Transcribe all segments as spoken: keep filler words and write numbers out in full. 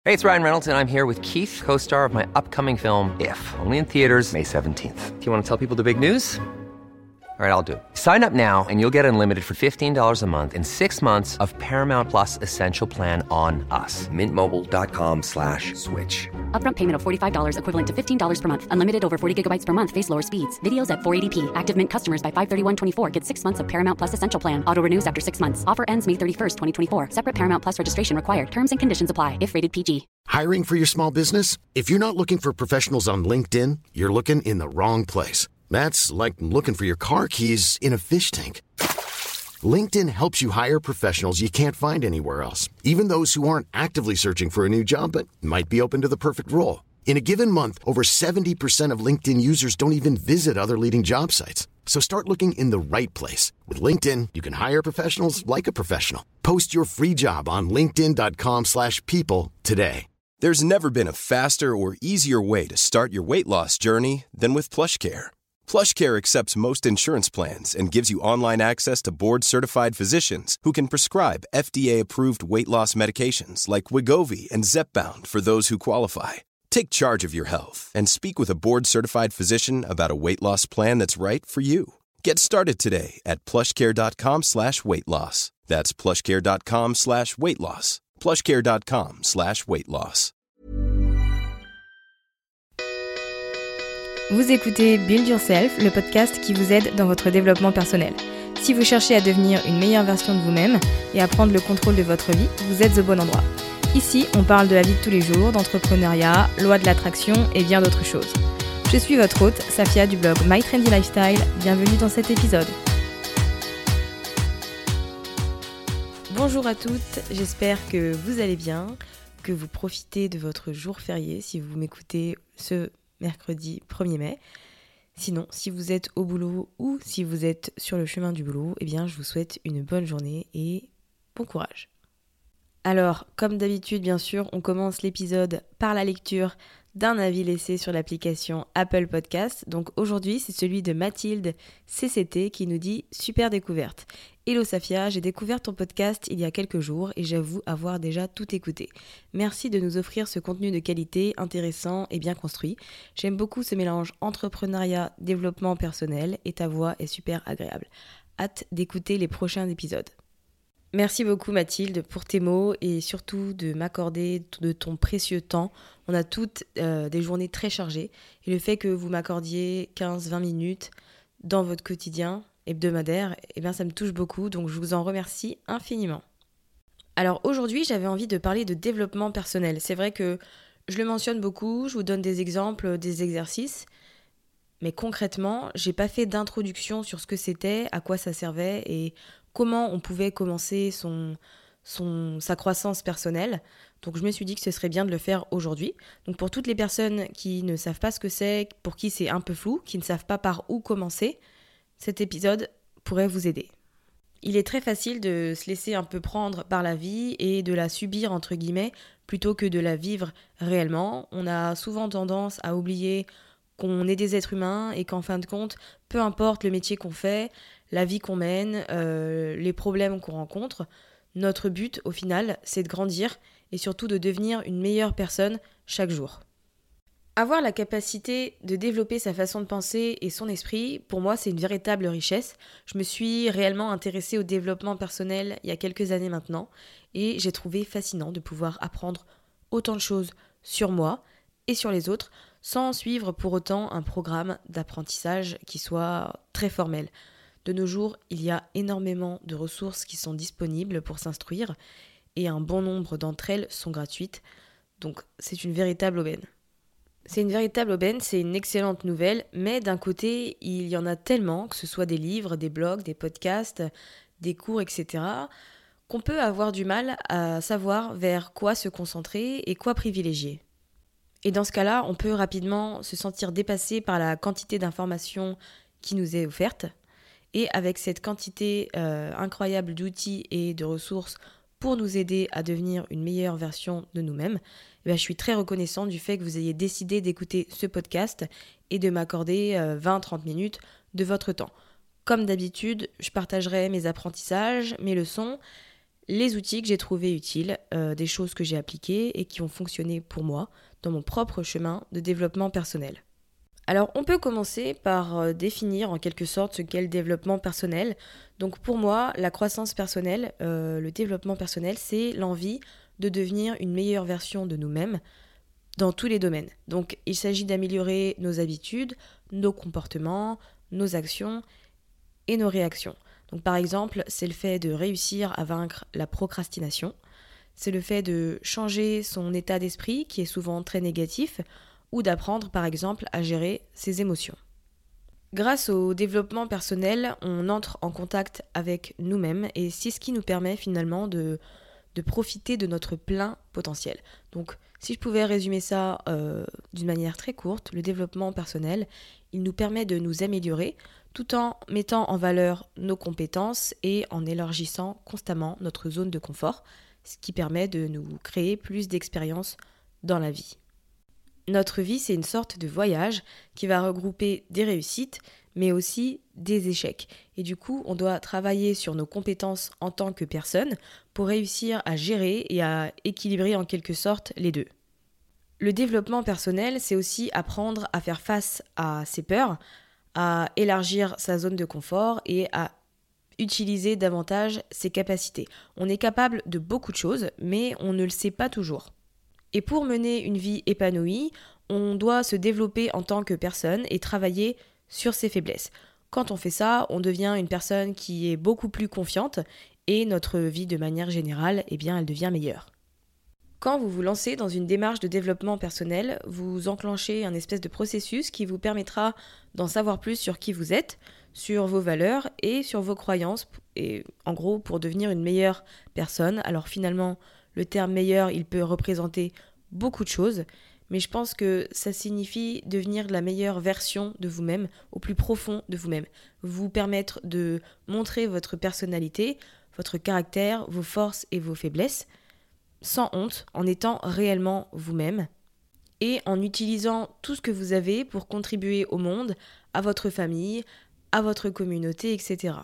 Hey, it's Ryan Reynolds, and I'm here with Keith, co-star of my upcoming film, If, only in theaters May seventeenth. Do you want to tell people the big news? All right, I'll do it. Sign up now and you'll get unlimited for fifteen dollars a month and six months of Paramount Plus Essential Plan on us. Mint Mobile dot com slash switch. Upfront payment of forty-five dollars equivalent to fifteen dollars per month. Unlimited over forty gigabytes per month. Face lower speeds. Videos at four eighty p. Active Mint customers by five thirty-one twenty-four get six months of Paramount Plus Essential Plan. Auto renews after six months. Offer ends May thirty-first, twenty twenty-four. Separate Paramount Plus registration required. Terms and conditions apply if rated P G. Hiring for your small business? If you're not looking for professionals on LinkedIn, you're looking in the wrong place. That's like looking for your car keys in a fish tank. LinkedIn helps you hire professionals you can't find anywhere else, even those who aren't actively searching for a new job but might be open to the perfect role. In a given month, over seventy percent of LinkedIn users don't even visit other leading job sites. So start looking in the right place. With LinkedIn, you can hire professionals like a professional. Post your free job on linkedin dot com slash people today. There's never been a faster or easier way to start your weight loss journey than with PlushCare. PlushCare accepts most insurance plans and gives you online access to board-certified physicians who can prescribe F D A-approved weight loss medications like Wegovy and Zepbound for those who qualify. Take charge of your health and speak with a board-certified physician about a weight loss plan that's right for you. Get started today at plushcare.com slash weight loss. That's plushcare.com slash weight loss. plushcare.com slash weight loss. Vous écoutez Build Yourself, le podcast qui vous aide dans votre développement personnel. Si vous cherchez à devenir une meilleure version de vous-même et à prendre le contrôle de votre vie, vous êtes au bon endroit. Ici, on parle de la vie de tous les jours, d'entrepreneuriat, loi de l'attraction et bien d'autres choses. Je suis votre hôte, Safia du blog My Trendy Lifestyle. Bienvenue dans cet épisode. Bonjour à toutes, j'espère que vous allez bien, que vous profitez de votre jour férié si vous m'écoutez ce mercredi premier mai. Sinon, si vous êtes au boulot ou si vous êtes sur le chemin du boulot, eh bien, je vous souhaite une bonne journée et bon courage. Alors, comme d'habitude, bien sûr, on commence l'épisode par la lecture d'un avis laissé sur l'application Apple Podcast. Donc aujourd'hui, c'est celui de Mathilde C C T qui nous dit « Super découverte ». Hello Safia, j'ai découvert ton podcast il y a quelques jours et j'avoue avoir déjà tout écouté. Merci de nous offrir ce contenu de qualité, intéressant et bien construit. J'aime beaucoup ce mélange entrepreneuriat, développement personnel et ta voix est super agréable. Hâte d'écouter les prochains épisodes. Merci beaucoup Mathilde pour tes mots et surtout de m'accorder de ton précieux temps. On a toutes euh, des journées très chargées et le fait que vous m'accordiez quinze à vingt minutes dans votre quotidien hebdomadaire, eh bien ça me touche beaucoup, donc je vous en remercie infiniment. Alors aujourd'hui, j'avais envie de parler de développement personnel. C'est vrai que je le mentionne beaucoup, je vous donne des exemples, des exercices, mais concrètement, j'ai pas fait d'introduction sur ce que c'était, à quoi ça servait et comment on pouvait commencer son, son, sa croissance personnelle. Donc je me suis dit que ce serait bien de le faire aujourd'hui. Donc pour toutes les personnes qui ne savent pas ce que c'est, pour qui c'est un peu flou, qui ne savent pas par où commencer, cet épisode pourrait vous aider. Il est très facile de se laisser un peu prendre par la vie et de la subir entre guillemets plutôt que de la vivre réellement. On a souvent tendance à oublier qu'on est des êtres humains et qu'en fin de compte, peu importe le métier qu'on fait, la vie qu'on mène, euh, les problèmes qu'on rencontre, notre but au final, c'est de grandir et surtout de devenir une meilleure personne chaque jour. Avoir la capacité de développer sa façon de penser et son esprit, pour moi, c'est une véritable richesse. Je me suis réellement intéressée au développement personnel il y a quelques années maintenant et j'ai trouvé fascinant de pouvoir apprendre autant de choses sur moi et sur les autres sans suivre pour autant un programme d'apprentissage qui soit très formel. De nos jours, il y a énormément de ressources qui sont disponibles pour s'instruire et un bon nombre d'entre elles sont gratuites, donc c'est une véritable aubaine. C'est une véritable aubaine, c'est une excellente nouvelle, mais d'un côté, il y en a tellement, que ce soit des livres, des blogs, des podcasts, des cours, et cetera, qu'on peut avoir du mal à savoir vers quoi se concentrer et quoi privilégier. Et dans ce cas-là, on peut rapidement se sentir dépassé par la quantité d'informations qui nous est offerte, et avec cette quantité euh, incroyable d'outils et de ressources pour nous aider à devenir une meilleure version de nous-mêmes, eh bien, je suis très reconnaissante du fait que vous ayez décidé d'écouter ce podcast et de m'accorder euh, vingt à trente minutes de votre temps. Comme d'habitude, je partagerai mes apprentissages, mes leçons, les outils que j'ai trouvés utiles, euh, des choses que j'ai appliquées et qui ont fonctionné pour moi dans mon propre chemin de développement personnel. Alors, on peut commencer par euh, définir en quelque sorte ce qu'est le développement personnel. Donc pour moi, la croissance personnelle, euh, le développement personnel, c'est l'envie de devenir une meilleure version de nous-mêmes dans tous les domaines. Donc il s'agit d'améliorer nos habitudes, nos comportements, nos actions et nos réactions. Donc par exemple, c'est le fait de réussir à vaincre la procrastination, c'est le fait de changer son état d'esprit qui est souvent très négatif, ou d'apprendre par exemple à gérer ses émotions. Grâce au développement personnel, on entre en contact avec nous-mêmes et c'est ce qui nous permet finalement de, de profiter de notre plein potentiel. Donc si je pouvais résumer ça euh, d'une manière très courte, le développement personnel, il nous permet de nous améliorer tout en mettant en valeur nos compétences et en élargissant constamment notre zone de confort, ce qui permet de nous créer plus d'expériences dans la vie. Notre vie, c'est une sorte de voyage qui va regrouper des réussites, mais aussi des échecs. Et du coup, on doit travailler sur nos compétences en tant que personne pour réussir à gérer et à équilibrer en quelque sorte les deux. Le développement personnel, c'est aussi apprendre à faire face à ses peurs, à élargir sa zone de confort et à utiliser davantage ses capacités. On est capable de beaucoup de choses, mais on ne le sait pas toujours. Et pour mener une vie épanouie, on doit se développer en tant que personne et travailler sur ses faiblesses. Quand on fait ça, on devient une personne qui est beaucoup plus confiante et notre vie de manière générale, eh bien, elle devient meilleure. Quand vous vous lancez dans une démarche de développement personnel, vous enclenchez un espèce de processus qui vous permettra d'en savoir plus sur qui vous êtes, sur vos valeurs et sur vos croyances, et en gros pour devenir une meilleure personne. Alors finalement, le terme meilleur, il peut représenter beaucoup de choses, mais je pense que ça signifie devenir la meilleure version de vous-même, au plus profond de vous-même. Vous permettre de montrer votre personnalité, votre caractère, vos forces et vos faiblesses, sans honte, en étant réellement vous-même, et en utilisant tout ce que vous avez pour contribuer au monde, à votre famille, à votre communauté, et cetera.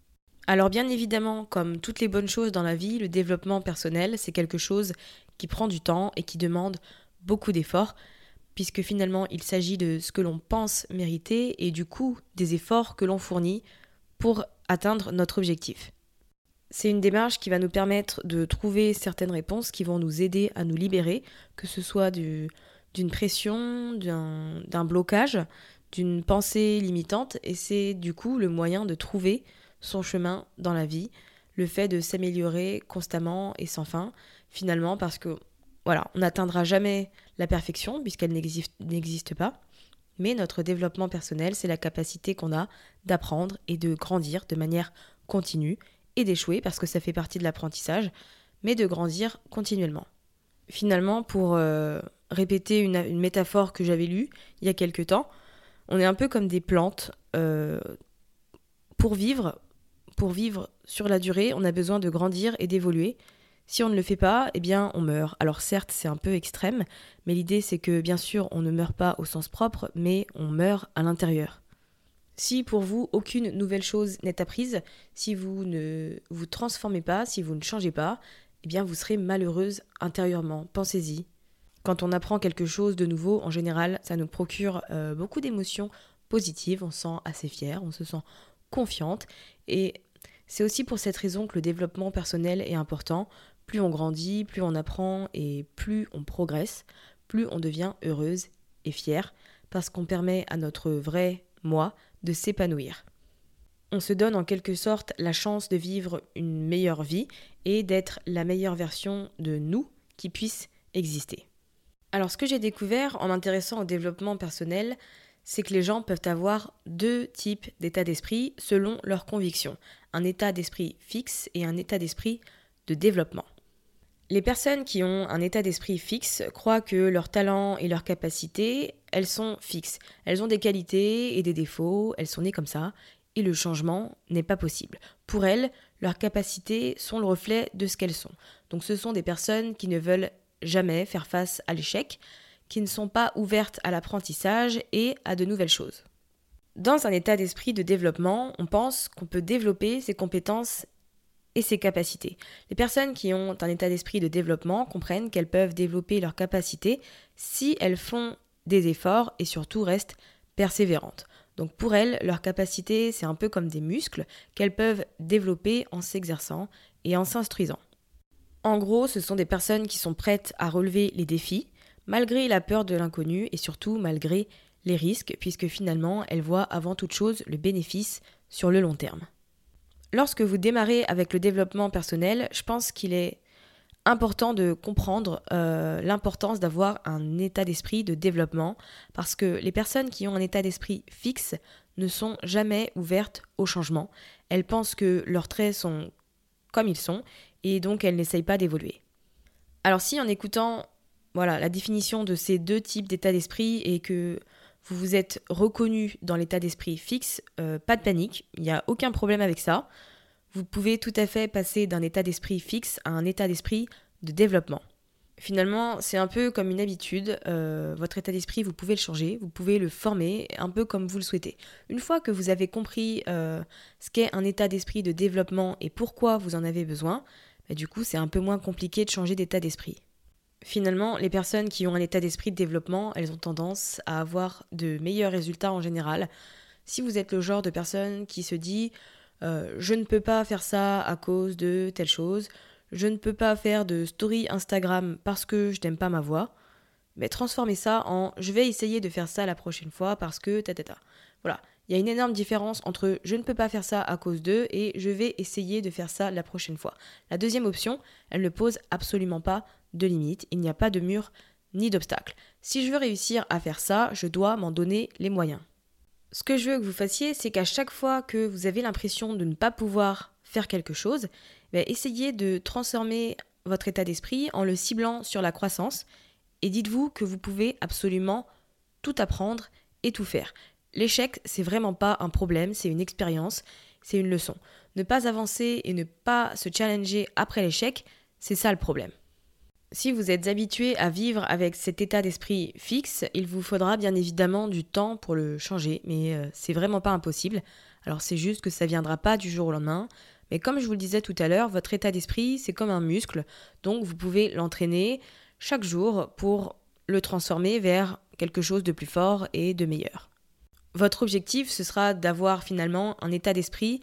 Alors bien évidemment, comme toutes les bonnes choses dans la vie, le développement personnel, c'est quelque chose qui prend du temps et qui demande beaucoup d'efforts, puisque finalement il s'agit de ce que l'on pense mériter et du coup des efforts que l'on fournit pour atteindre notre objectif. C'est une démarche qui va nous permettre de trouver certaines réponses qui vont nous aider à nous libérer, que ce soit du, d'une pression, d'un, d'un blocage, d'une pensée limitante, et c'est du coup le moyen de trouver son chemin dans la vie, le fait de s'améliorer constamment et sans fin, finalement, parce que voilà, on n'atteindra jamais la perfection puisqu'elle n'existe, n'existe pas, mais notre développement personnel, c'est la capacité qu'on a d'apprendre et de grandir de manière continue et d'échouer parce que ça fait partie de l'apprentissage, mais de grandir continuellement. Finalement, pour euh, répéter une, une métaphore que j'avais lue il y a quelque temps, on est un peu comme des plantes. Euh, pour vivre, pour vivre sur la durée, on a besoin de grandir et d'évoluer. Si on ne le fait pas, eh bien on meurt. Alors certes, c'est un peu extrême, mais l'idée c'est que bien sûr, on ne meurt pas au sens propre, mais on meurt à l'intérieur. Si pour vous, aucune nouvelle chose n'est apprise, si vous ne vous transformez pas, si vous ne changez pas, eh bien vous serez malheureuse intérieurement. Pensez-y. Quand on apprend quelque chose de nouveau, en général, ça nous procure euh, beaucoup d'émotions positives. On se sent assez fier, on se sent confiante. Et c'est aussi pour cette raison que le développement personnel est important. Plus on grandit, plus on apprend et plus on progresse, plus on devient heureuse et fière parce qu'on permet à notre vrai moi de s'épanouir. On se donne en quelque sorte la chance de vivre une meilleure vie et d'être la meilleure version de nous qui puisse exister. Alors ce que j'ai découvert en m'intéressant au développement personnel, c'est que les gens peuvent avoir deux types d'état d'esprit selon leurs convictions. Un état d'esprit fixe et un état d'esprit de développement. Les personnes qui ont un état d'esprit fixe croient que leurs talents et leurs capacités, elles sont fixes. Elles ont des qualités et des défauts, elles sont nées comme ça, et le changement n'est pas possible. Pour elles, leurs capacités sont le reflet de ce qu'elles sont. Donc ce sont des personnes qui ne veulent jamais faire face à l'échec, qui ne sont pas ouvertes à l'apprentissage et à de nouvelles choses. Dans un état d'esprit de développement, on pense qu'on peut développer ses compétences et ses capacités. Les personnes qui ont un état d'esprit de développement comprennent qu'elles peuvent développer leurs capacités si elles font des efforts et surtout restent persévérantes. Donc pour elles, leurs capacités, c'est un peu comme des muscles qu'elles peuvent développer en s'exerçant et en s'instruisant. En gros, ce sont des personnes qui sont prêtes à relever les défis, malgré la peur de l'inconnu et surtout malgré les risques, puisque finalement, elles voient avant toute chose le bénéfice sur le long terme. Lorsque vous démarrez avec le développement personnel, je pense qu'il est important de comprendre euh, l'importance d'avoir un état d'esprit de développement, parce que les personnes qui ont un état d'esprit fixe ne sont jamais ouvertes au changement. Elles pensent que leurs traits sont comme ils sont, et donc elles n'essayent pas d'évoluer. Alors si en écoutant voilà, la définition de ces deux types d'état d'esprit et que vous vous êtes reconnu dans l'état d'esprit fixe, euh, pas de panique, il n'y a aucun problème avec ça. Vous pouvez tout à fait passer d'un état d'esprit fixe à un état d'esprit de développement. Finalement, c'est un peu comme une habitude, euh, votre état d'esprit, vous pouvez le changer, vous pouvez le former un peu comme vous le souhaitez. Une fois que vous avez compris euh, ce qu'est un état d'esprit de développement et pourquoi vous en avez besoin, bah, du coup, c'est un peu moins compliqué de changer d'état d'esprit. Finalement, les personnes qui ont un état d'esprit de développement, elles ont tendance à avoir de meilleurs résultats en général. Si vous êtes le genre de personne qui se dit euh, « je ne peux pas faire ça à cause de telle chose », je ne peux pas faire de story Instagram parce que je n'aime pas ma voix, mais transformez ça en je vais essayer de faire ça la prochaine fois parce que ta ta ta. Voilà, il y a une énorme différence entre je ne peux pas faire ça à cause d'eux et je vais essayer de faire ça la prochaine fois. La deuxième option, elle ne pose absolument pas de limite, il n'y a pas de mur ni d'obstacle. Si je veux réussir à faire ça, je dois m'en donner les moyens. Ce que je veux que vous fassiez, c'est qu'à chaque fois que vous avez l'impression de ne pas pouvoir faire quelque chose, ben essayez de transformer votre état d'esprit en le ciblant sur la croissance et dites-vous que vous pouvez absolument tout apprendre et tout faire. L'échec, c'est vraiment pas un problème, c'est une expérience, c'est une leçon. Ne pas avancer et ne pas se challenger après l'échec, c'est ça le problème. Si vous êtes habitué à vivre avec cet état d'esprit fixe, il vous faudra bien évidemment du temps pour le changer, mais euh, c'est vraiment pas impossible. Alors c'est juste que ça viendra pas du jour au lendemain. Mais comme je vous le disais tout à l'heure, votre état d'esprit, c'est comme un muscle, donc vous pouvez l'entraîner chaque jour pour le transformer vers quelque chose de plus fort et de meilleur. Votre objectif, ce sera d'avoir finalement un état d'esprit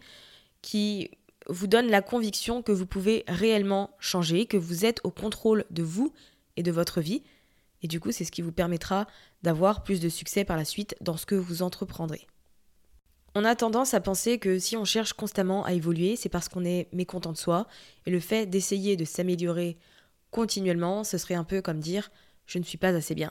qui vous donne la conviction que vous pouvez réellement changer, que vous êtes au contrôle de vous et de votre vie. Et du coup, c'est ce qui vous permettra d'avoir plus de succès par la suite dans ce que vous entreprendrez. On a tendance à penser que si on cherche constamment à évoluer, c'est parce qu'on est mécontent de soi. Et le fait d'essayer de s'améliorer continuellement, ce serait un peu comme dire « je ne suis pas assez bien ».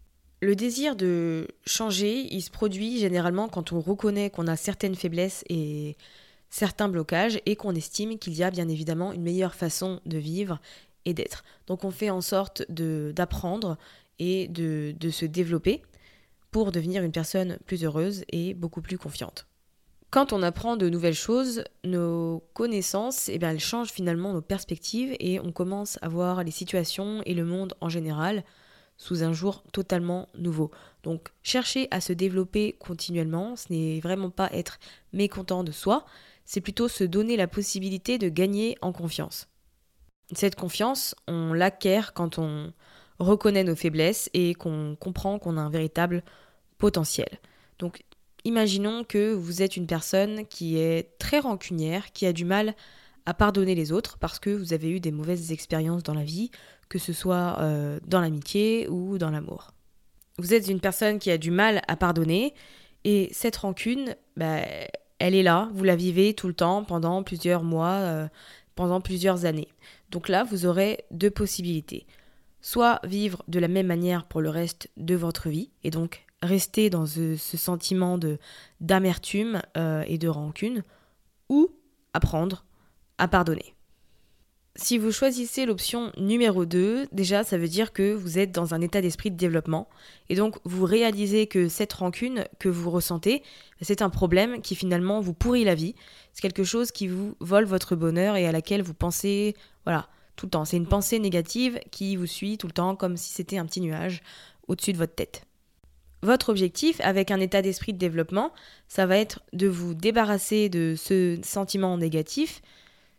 Le désir de changer, il se produit généralement quand on reconnaît qu'on a certaines faiblesses et certains blocages et qu'on estime qu'il y a bien évidemment une meilleure façon de vivre et d'être. Donc on fait en sorte de, d'apprendre et de, de se développer pour devenir une personne plus heureuse et beaucoup plus confiante. Quand on apprend de nouvelles choses, nos connaissances, eh bien, elles changent finalement nos perspectives et on commence à voir les situations et le monde en général sous un jour totalement nouveau. Donc chercher à se développer continuellement, ce n'est vraiment pas être mécontent de soi, c'est plutôt se donner la possibilité de gagner en confiance. Cette confiance, on l'acquiert quand on reconnaît nos faiblesses et qu'on comprend qu'on a un véritable potentiel. Donc imaginons que vous êtes une personne qui est très rancunière, qui a du mal à pardonner les autres parce que vous avez eu des mauvaises expériences dans la vie, que ce soit euh, dans l'amitié ou dans l'amour. Vous êtes une personne qui a du mal à pardonner et cette rancune, bah, elle est là, vous la vivez tout le temps pendant plusieurs mois, euh, pendant plusieurs années. Donc là, vous aurez deux possibilités. Soit vivre de la même manière pour le reste de votre vie et donc rester dans ce, ce sentiment de, d'amertume euh, et de rancune, ou apprendre à pardonner. Si vous choisissez l'option numéro deux, déjà ça veut dire que vous êtes dans un état d'esprit de développement et donc vous réalisez que cette rancune que vous ressentez, c'est un problème qui finalement vous pourrit la vie, c'est quelque chose qui vous vole votre bonheur et à laquelle vous pensez voilà, tout le temps. C'est une pensée négative qui vous suit tout le temps comme si c'était un petit nuage au-dessus de votre tête. Votre objectif avec un état d'esprit de développement, ça va être de vous débarrasser de ce sentiment négatif,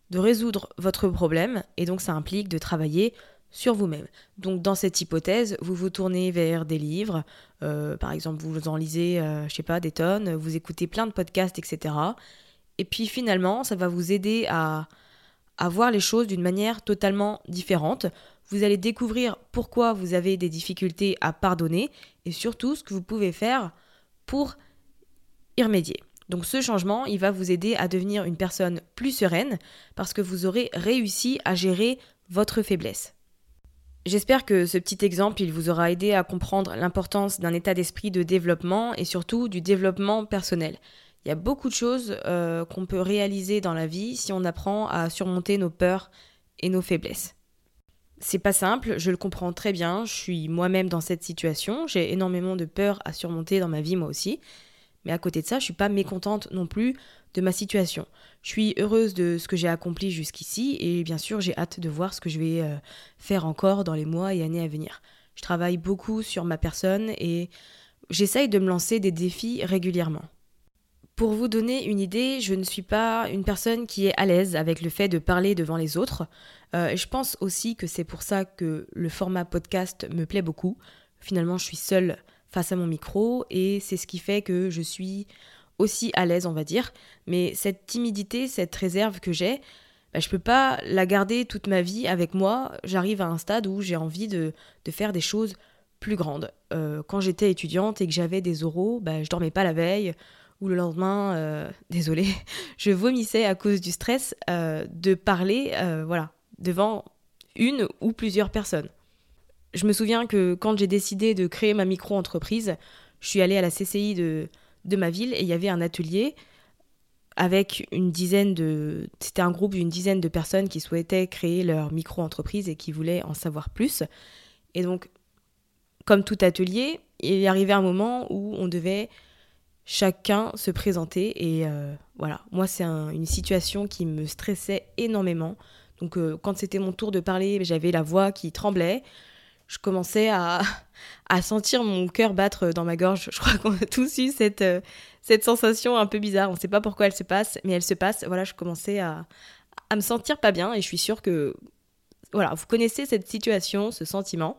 de résoudre votre problème et donc ça implique de travailler sur vous-même. Donc dans cette hypothèse, vous vous tournez vers des livres, euh, par exemple vous en lisez, euh, je sais pas, des tonnes, vous écoutez plein de podcasts, et cetera. Et puis finalement, ça va vous aider à, à voir les choses d'une manière totalement différente. Vous allez découvrir pourquoi vous avez des difficultés à pardonner et surtout ce que vous pouvez faire pour y remédier. Donc ce changement, il va vous aider à devenir une personne plus sereine parce que vous aurez réussi à gérer votre faiblesse. J'espère que ce petit exemple, il vous aura aidé à comprendre l'importance d'un état d'esprit de développement et surtout du développement personnel. Il y a beaucoup de choses euh, qu'on peut réaliser dans la vie si on apprend à surmonter nos peurs et nos faiblesses. C'est pas simple, je le comprends très bien, je suis moi-même dans cette situation, j'ai énormément de peurs à surmonter dans ma vie moi aussi. Mais à côté de ça, je ne suis pas mécontente non plus de ma situation. Je suis heureuse de ce que j'ai accompli jusqu'ici et bien sûr, j'ai hâte de voir ce que je vais euh, faire encore dans les mois et années à venir. Je travaille beaucoup sur ma personne et j'essaye de me lancer des défis régulièrement. Pour vous donner une idée, je ne suis pas une personne qui est à l'aise avec le fait de parler devant les autres. Euh, et je pense aussi que c'est pour ça que le format podcast me plaît beaucoup. Finalement, je suis seule face à mon micro et c'est ce qui fait que je suis aussi à l'aise, on va dire. Mais cette timidité, cette réserve que j'ai, bah, je peux pas la garder toute ma vie avec moi. J'arrive à un stade où j'ai envie de, de faire des choses plus grandes. Euh, quand j'étais étudiante et que j'avais des oraux, bah, je dormais pas la veille ou le lendemain, euh, désolée, je vomissais à cause du stress euh, de parler euh, voilà, devant une ou plusieurs personnes. Je me souviens que quand j'ai décidé de créer ma micro-entreprise, je suis allée à la C C I de, de ma ville et il y avait un atelier avec une dizaine de... C'était un groupe d'une dizaine de personnes qui souhaitaient créer leur micro-entreprise et qui voulaient en savoir plus. Et donc, comme tout atelier, il est arrivé un moment où on devait chacun se présenter. Et euh, voilà, moi, c'est un, une situation qui me stressait énormément. Donc, euh, quand c'était mon tour de parler, j'avais la voix qui tremblait. Je commençais à, à sentir mon cœur battre dans ma gorge. Je crois qu'on a tous eu cette, euh, cette sensation un peu bizarre. On ne sait pas pourquoi elle se passe, mais elle se passe. Voilà, je commençais à, à me sentir pas bien et je suis sûre que voilà, vous connaissez cette situation, ce sentiment.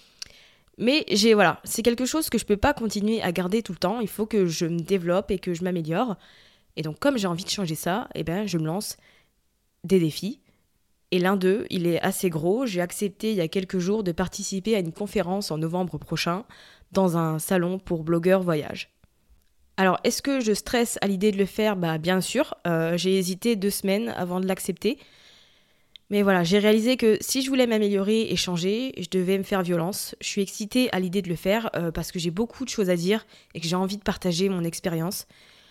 Mais j'ai, voilà, c'est quelque chose que je ne peux pas continuer à garder tout le temps. Il faut que je me développe et que je m'améliore. Et donc, comme j'ai envie de changer ça, eh ben, je me lance des défis. Et l'un d'eux, il est assez gros. J'ai accepté il y a quelques jours de participer à une conférence en novembre prochain dans un salon pour blogueurs voyage. Alors, est-ce que je stresse à l'idée de le faire ? Bah, bien sûr. Euh, j'ai hésité deux semaines avant de l'accepter. Mais voilà, j'ai réalisé que si je voulais m'améliorer et changer, je devais me faire violence. Je suis excitée à l'idée de le faire euh, parce que j'ai beaucoup de choses à dire et que j'ai envie de partager mon expérience.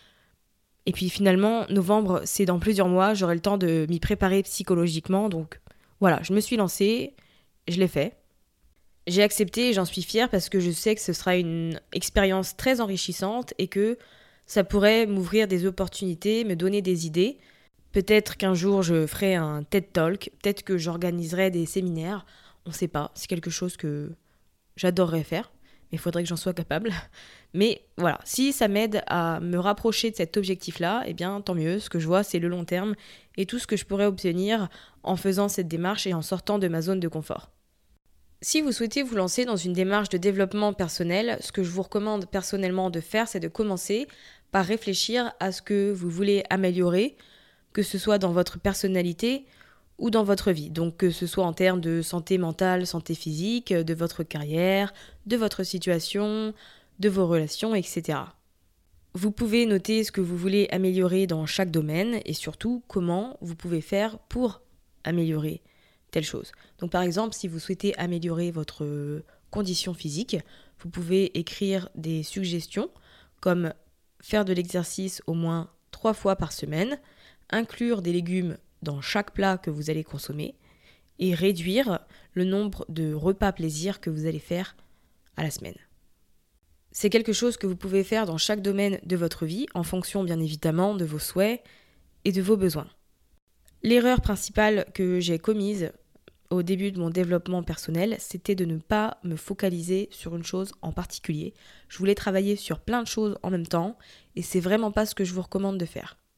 Et puis finalement, novembre, c'est dans plusieurs mois, j'aurai le temps de m'y préparer psychologiquement. Donc voilà, je me suis lancée, je l'ai fait. J'ai accepté et j'en suis fière parce que je sais que ce sera une expérience très enrichissante et que ça pourrait m'ouvrir des opportunités, me donner des idées. Peut-être qu'un jour je ferai un TED Talk, peut-être que j'organiserai des séminaires, on ne sait pas, c'est quelque chose que j'adorerais faire. Mais il faudrait que j'en sois capable. Mais voilà, si ça m'aide à me rapprocher de cet objectif-là, eh bien tant mieux. Ce que je vois, c'est le long terme et tout ce que je pourrais obtenir en faisant cette démarche et en sortant de ma zone de confort. Si vous souhaitez vous lancer dans une démarche de développement personnel, ce que je vous recommande personnellement de faire, c'est de commencer par réfléchir à ce que vous voulez améliorer, que ce soit dans votre personnalité ou dans votre vie. Donc que ce soit en termes de santé mentale, santé physique, de votre carrière, de votre situation, de vos relations, et cetera. Vous pouvez noter ce que vous voulez améliorer dans chaque domaine et surtout comment vous pouvez faire pour améliorer telle chose. Donc par exemple, si vous souhaitez améliorer votre condition physique, vous pouvez écrire des suggestions comme faire de l'exercice au moins trois fois par semaine, inclure des légumes dans chaque plat que vous allez consommer et réduire le nombre de repas plaisir que vous allez faire à la semaine. C'est quelque chose que vous pouvez faire dans chaque domaine de votre vie en fonction bien évidemment de vos souhaits et de vos besoins. L'erreur principale que j'ai commise au début de mon développement personnel, c'était de ne pas me focaliser sur une chose en particulier. Je voulais travailler sur plein de choses en même temps et c'est vraiment pas ce que je vous recommande de faire.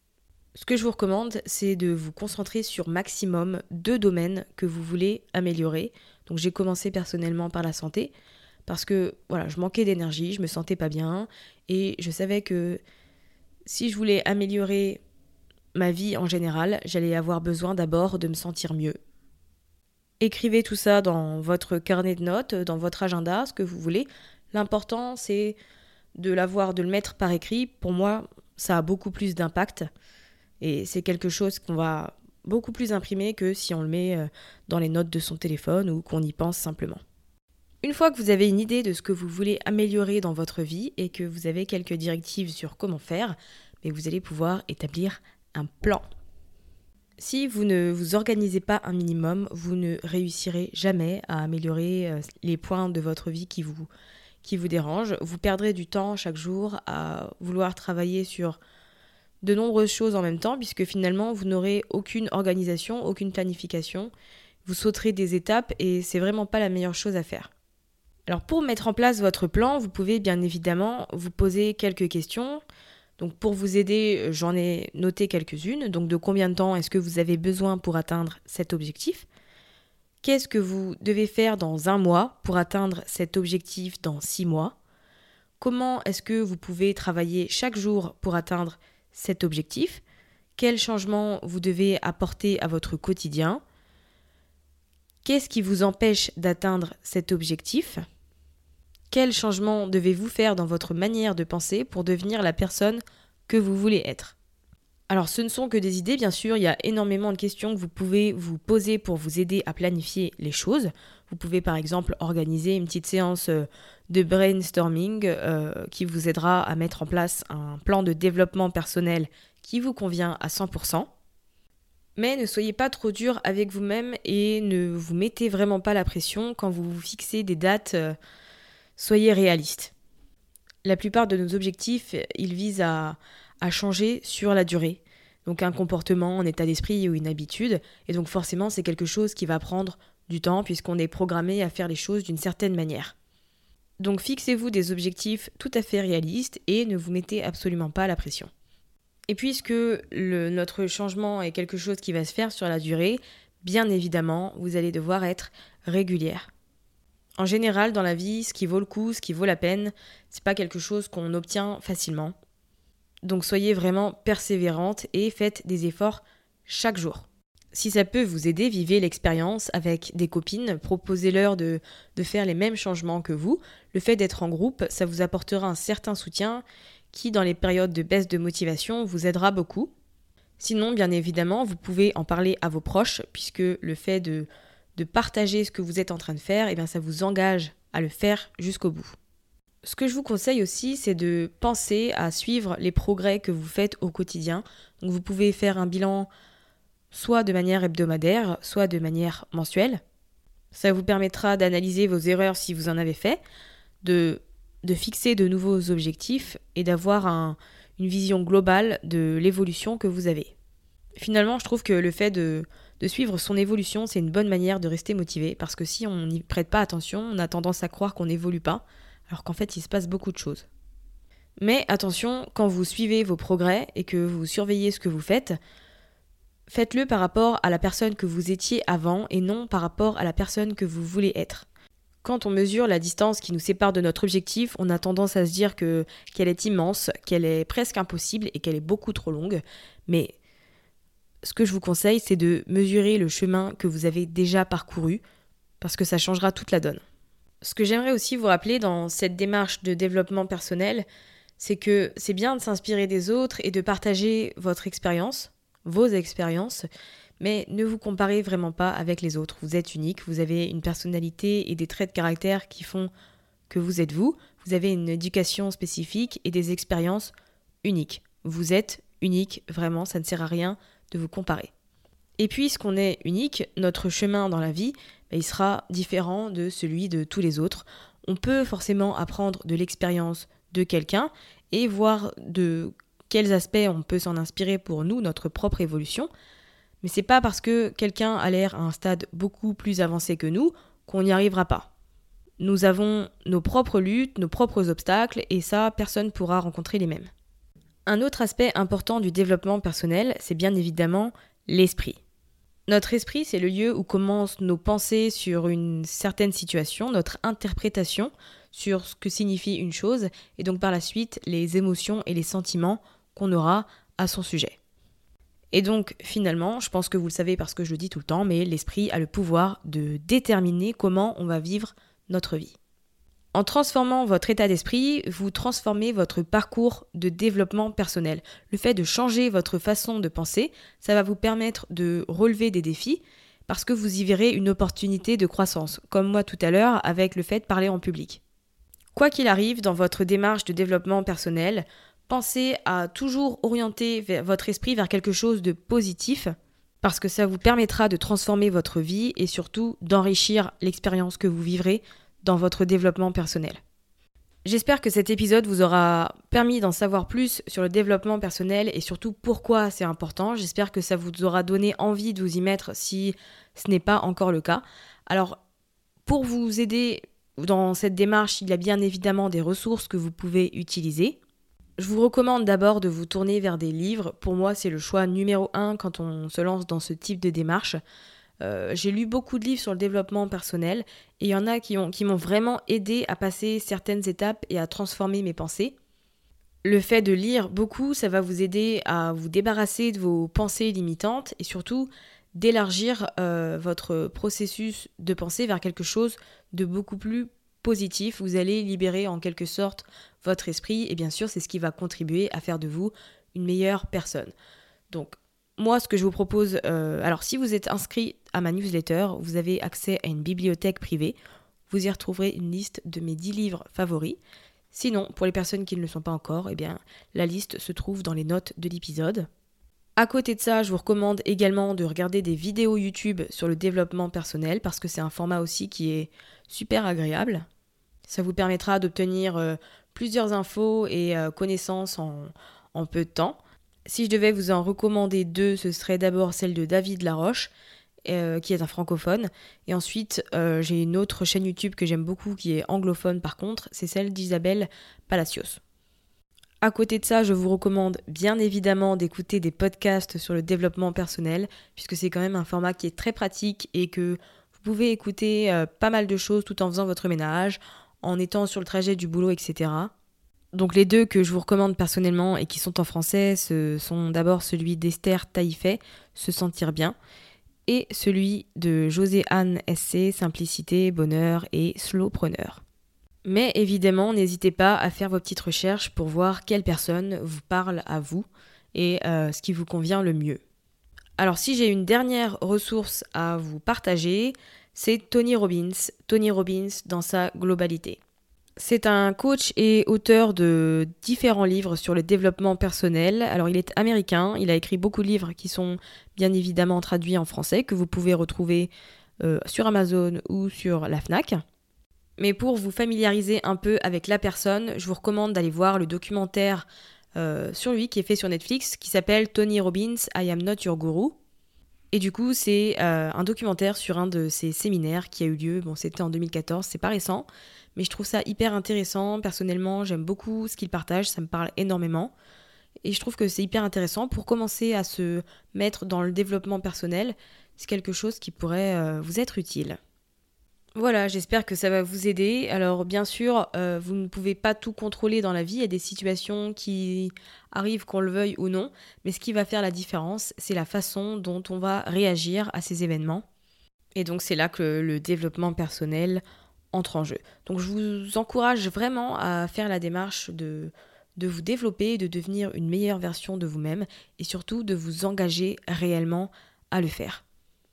Ce que je vous recommande, c'est de vous concentrer sur maximum deux domaines que vous voulez améliorer. Donc j'ai commencé personnellement par la santé, parce que voilà, je manquais d'énergie, je me sentais pas bien, et je savais que si je voulais améliorer ma vie en général, j'allais avoir besoin d'abord de me sentir mieux. Écrivez tout ça dans votre carnet de notes, dans votre agenda, ce que vous voulez. L'important, c'est de l'avoir, de le mettre par écrit. Pour moi, ça a beaucoup plus d'impact. Et c'est quelque chose qu'on va beaucoup plus imprimer que si on le met dans les notes de son téléphone ou qu'on y pense simplement. Une fois que vous avez une idée de ce que vous voulez améliorer dans votre vie et que vous avez quelques directives sur comment faire, mais vous allez pouvoir établir un plan. Si vous ne vous organisez pas un minimum, vous ne réussirez jamais à améliorer les points de votre vie qui vous, qui vous dérangent. Vous perdrez du temps chaque jour à vouloir travailler sur de nombreuses choses en même temps, puisque finalement vous n'aurez aucune organisation, aucune planification. Vous sauterez des étapes et c'est vraiment pas la meilleure chose à faire. Alors pour mettre en place votre plan, vous pouvez bien évidemment vous poser quelques questions. Donc pour vous aider, j'en ai noté quelques-unes. Donc de combien de temps est-ce que vous avez besoin pour atteindre cet objectif ? Qu'est-ce que vous devez faire dans un mois pour atteindre cet objectif dans six mois ? Comment est-ce que vous pouvez travailler chaque jour pour atteindre cet objectif ? Quels changements vous devez apporter à votre quotidien ? Qu'est-ce qui vous empêche d'atteindre cet objectif ? Quels changements devez-vous faire dans votre manière de penser pour devenir la personne que vous voulez être ? Alors ce ne sont que des idées, bien sûr, il y a énormément de questions que vous pouvez vous poser pour vous aider à planifier les choses. Vous pouvez par exemple organiser une petite séance de brainstorming euh, qui vous aidera à mettre en place un plan de développement personnel qui vous convient à cent pour cent. Mais ne soyez pas trop dur avec vous-même et ne vous mettez vraiment pas la pression quand vous vous fixez des dates. Euh, soyez réaliste. La plupart de nos objectifs, ils visent à, à changer sur la durée. Donc un comportement, un état d'esprit ou une habitude. Et donc forcément, c'est quelque chose qui va prendre du temps puisqu'on est programmé à faire les choses d'une certaine manière. Donc fixez-vous des objectifs tout à fait réalistes et ne vous mettez absolument pas la pression. Et puisque le, notre changement est quelque chose qui va se faire sur la durée, bien évidemment, vous allez devoir être régulière. En général, dans la vie, ce qui vaut le coup, ce qui vaut la peine, c'est pas quelque chose qu'on obtient facilement. Donc soyez vraiment persévérante et faites des efforts chaque jour. Si ça peut vous aider, vivez l'expérience avec des copines, proposez-leur de, de faire les mêmes changements que vous. Le fait d'être en groupe, ça vous apportera un certain soutien qui, dans les périodes de baisse de motivation, vous aidera beaucoup. Sinon, bien évidemment, vous pouvez en parler à vos proches, puisque le fait de, de partager ce que vous êtes en train de faire, eh bien, ça vous engage à le faire jusqu'au bout. Ce que je vous conseille aussi, c'est de penser à suivre les progrès que vous faites au quotidien. Donc, vous pouvez faire un bilan soit de manière hebdomadaire, soit de manière mensuelle. Ça vous permettra d'analyser vos erreurs si vous en avez fait, de de fixer de nouveaux objectifs et d'avoir un, une vision globale de l'évolution que vous avez. Finalement, je trouve que le fait de, de suivre son évolution, c'est une bonne manière de rester motivé, parce que si on n'y prête pas attention, on a tendance à croire qu'on n'évolue pas, alors qu'en fait, il se passe beaucoup de choses. Mais attention, quand vous suivez vos progrès et que vous surveillez ce que vous faites, faites-le par rapport à la personne que vous étiez avant et non par rapport à la personne que vous voulez être. Quand on mesure la distance qui nous sépare de notre objectif, on a tendance à se dire que, qu'elle est immense, qu'elle est presque impossible et qu'elle est beaucoup trop longue. Mais ce que je vous conseille, c'est de mesurer le chemin que vous avez déjà parcouru, parce que ça changera toute la donne. Ce que j'aimerais aussi vous rappeler dans cette démarche de développement personnel, c'est que c'est bien de s'inspirer des autres et de partager votre expérience, vos expériences, mais ne vous comparez vraiment pas avec les autres. Vous êtes unique, vous avez une personnalité et des traits de caractère qui font que vous êtes vous. Vous avez une éducation spécifique et des expériences uniques. Vous êtes unique, vraiment, ça ne sert à rien de vous comparer. Et puisqu'on est unique, notre chemin dans la vie, bah, il sera différent de celui de tous les autres. On peut forcément apprendre de l'expérience de quelqu'un et voir de quels aspects on peut s'en inspirer pour nous, notre propre évolution. Mais c'est pas parce que quelqu'un a l'air à un stade beaucoup plus avancé que nous qu'on n'y arrivera pas. Nous avons nos propres luttes, nos propres obstacles, et ça, personne ne pourra rencontrer les mêmes. Un autre aspect important du développement personnel, c'est bien évidemment l'esprit. Notre esprit, c'est le lieu où commencent nos pensées sur une certaine situation, notre interprétation sur ce que signifie une chose, et donc par la suite, les émotions et les sentiments qu'on aura à son sujet. Et donc, finalement, je pense que vous le savez parce que je le dis tout le temps, mais l'esprit a le pouvoir de déterminer comment on va vivre notre vie. En transformant votre état d'esprit, vous transformez votre parcours de développement personnel. Le fait de changer votre façon de penser, ça va vous permettre de relever des défis parce que vous y verrez une opportunité de croissance, comme moi tout à l'heure avec le fait de parler en public. Quoi qu'il arrive dans votre démarche de développement personnel, pensez à toujours orienter votre esprit vers quelque chose de positif parce que ça vous permettra de transformer votre vie et surtout d'enrichir l'expérience que vous vivrez dans votre développement personnel. J'espère que cet épisode vous aura permis d'en savoir plus sur le développement personnel et surtout pourquoi c'est important. J'espère que ça vous aura donné envie de vous y mettre si ce n'est pas encore le cas. Alors, pour vous aider dans cette démarche, il y a bien évidemment des ressources que vous pouvez utiliser. Je vous recommande d'abord de vous tourner vers des livres. Pour moi, c'est le choix numéro un quand on se lance dans ce type de démarche. Euh, j'ai lu beaucoup de livres sur le développement personnel et il y en a qui, ont, qui m'ont vraiment aidé à passer certaines étapes et à transformer mes pensées. Le fait de lire beaucoup, ça va vous aider à vous débarrasser de vos pensées limitantes et surtout d'élargir euh, votre processus de pensée vers quelque chose de beaucoup plus positif. Vous allez libérer en quelque sorte votre esprit et bien sûr c'est ce qui va contribuer à faire de vous une meilleure personne. Donc moi, ce que je vous propose, euh, alors si vous êtes inscrit à ma newsletter, vous avez accès à une bibliothèque privée. Vous y retrouverez une liste de mes dix livres favoris. Sinon, pour les personnes qui ne le sont pas encore, eh bien, la liste se trouve dans les notes de l'épisode. À côté de ça, je vous recommande également de regarder des vidéos YouTube sur le développement personnel parce que c'est un format aussi qui est super agréable. Ça vous permettra d'obtenir euh, plusieurs infos et euh, connaissances en, en peu de temps. Si je devais vous en recommander deux, ce serait d'abord celle de David Laroche, euh, qui est un francophone. Et ensuite, euh, j'ai une autre chaîne YouTube que j'aime beaucoup, qui est anglophone par contre, c'est celle d'Isabelle Palacios. À côté de ça, je vous recommande bien évidemment d'écouter des podcasts sur le développement personnel, puisque c'est quand même un format qui est très pratique et que vous pouvez écouter euh, pas mal de choses tout en faisant votre ménage, en étant sur le trajet du boulot, et cetera. Donc les deux que je vous recommande personnellement et qui sont en français, ce sont d'abord celui d'Esther Taïfet, Se sentir bien, et celui de José-Anne S C, Simplicité, Bonheur et Slowpreneur. Mais évidemment, n'hésitez pas à faire vos petites recherches pour voir quelle personne vous parle à vous et euh, ce qui vous convient le mieux. Alors si j'ai une dernière ressource à vous partager, c'est Tony Robbins, Tony Robbins dans sa globalité. C'est un coach et auteur de différents livres sur le développement personnel. Alors il est américain, il a écrit beaucoup de livres qui sont bien évidemment traduits en français, que vous pouvez retrouver euh, sur Amazon ou sur la Fnac. Mais pour vous familiariser un peu avec la personne, je vous recommande d'aller voir le documentaire euh, sur lui qui est fait sur Netflix, qui s'appelle Tony Robbins, I Am Not Your Guru. Et du coup, c'est euh, un documentaire sur un de ses séminaires qui a eu lieu, bon c'était en deux mille quatorze, c'est pas récent, mais je trouve ça hyper intéressant. Personnellement, j'aime beaucoup ce qu'il partage, ça me parle énormément. Et je trouve que c'est hyper intéressant pour commencer à se mettre dans le développement personnel. C'est quelque chose qui pourrait euh, vous être utile. Voilà, j'espère que ça va vous aider. Alors bien sûr, euh, vous ne pouvez pas tout contrôler dans la vie. Il y a des situations qui arrivent qu'on le veuille ou non. Mais ce qui va faire la différence, c'est la façon dont on va réagir à ces événements. Et donc c'est là que le, le développement personnel entre en jeu. Donc je vous encourage vraiment à faire la démarche de, de vous développer, de devenir une meilleure version de vous-même et surtout de vous engager réellement à le faire.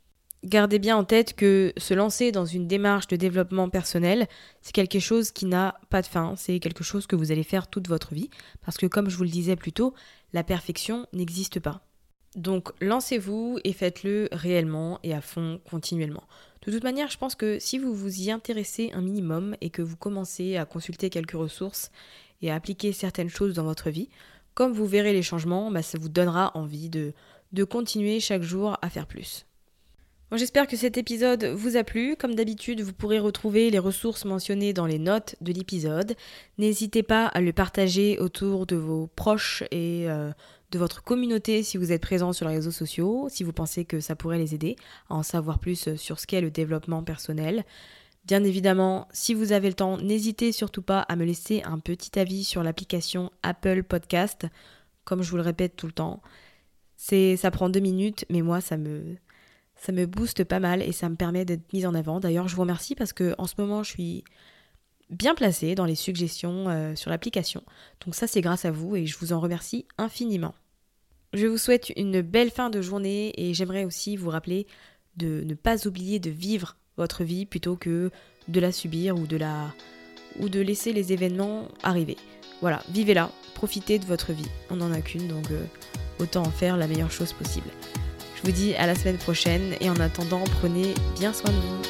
Gardez bien en tête que se lancer dans une démarche de développement personnel, c'est quelque chose qui n'a pas de fin, c'est quelque chose que vous allez faire toute votre vie, parce que comme je vous le disais plus tôt, la perfection n'existe pas. Donc lancez-vous et faites-le réellement et à fond continuellement. De toute manière, je pense que si vous vous y intéressez un minimum et que vous commencez à consulter quelques ressources et à appliquer certaines choses dans votre vie, comme vous verrez les changements, bah, ça vous donnera envie de, de continuer chaque jour à faire plus. Bon, j'espère que cet épisode vous a plu. Comme d'habitude, vous pourrez retrouver les ressources mentionnées dans les notes de l'épisode. N'hésitez pas à le partager autour de vos proches et euh, de votre communauté si vous êtes présent sur les réseaux sociaux, si vous pensez que ça pourrait les aider à en savoir plus sur ce qu'est le développement personnel. Bien évidemment, si vous avez le temps, n'hésitez surtout pas à me laisser un petit avis sur l'application Apple Podcast. Comme je vous le répète tout le temps, c'est, ça prend deux minutes, mais moi, ça me... Ça me booste pas mal et ça me permet d'être mise en avant. D'ailleurs, je vous remercie parce qu'en ce moment, je suis bien placée dans les suggestions euh, sur l'application. Donc ça, c'est grâce à vous et je vous en remercie infiniment. Je vous souhaite une belle fin de journée et j'aimerais aussi vous rappeler de ne pas oublier de vivre votre vie plutôt que de la subir ou de, la... ou de laisser les événements arriver. Voilà, vivez-la, profitez de votre vie. On n'en a qu'une, donc euh, autant en faire la meilleure chose possible. Je vous dis à la semaine prochaine et en attendant, prenez bien soin de vous.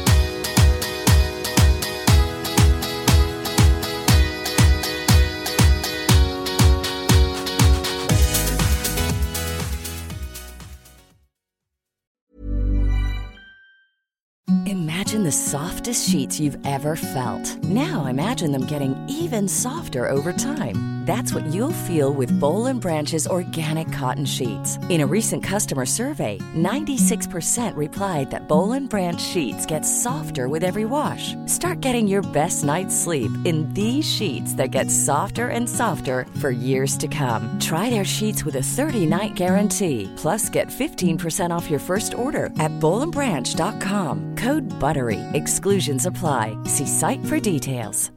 Imagine the softest sheets you've ever felt. Now imagine them getting even softer over time. That's what you'll feel with Boll and Branch's organic cotton sheets. In a recent customer survey, ninety-six percent replied that Boll and Branch sheets get softer with every wash. Start getting your best night's sleep in these sheets that get softer and softer for years to come. Try their sheets with a thirty-night guarantee. Plus, get fifteen percent off your first order at boll and branch dot com. Code BUTTERY. Exclusions apply. See site for details.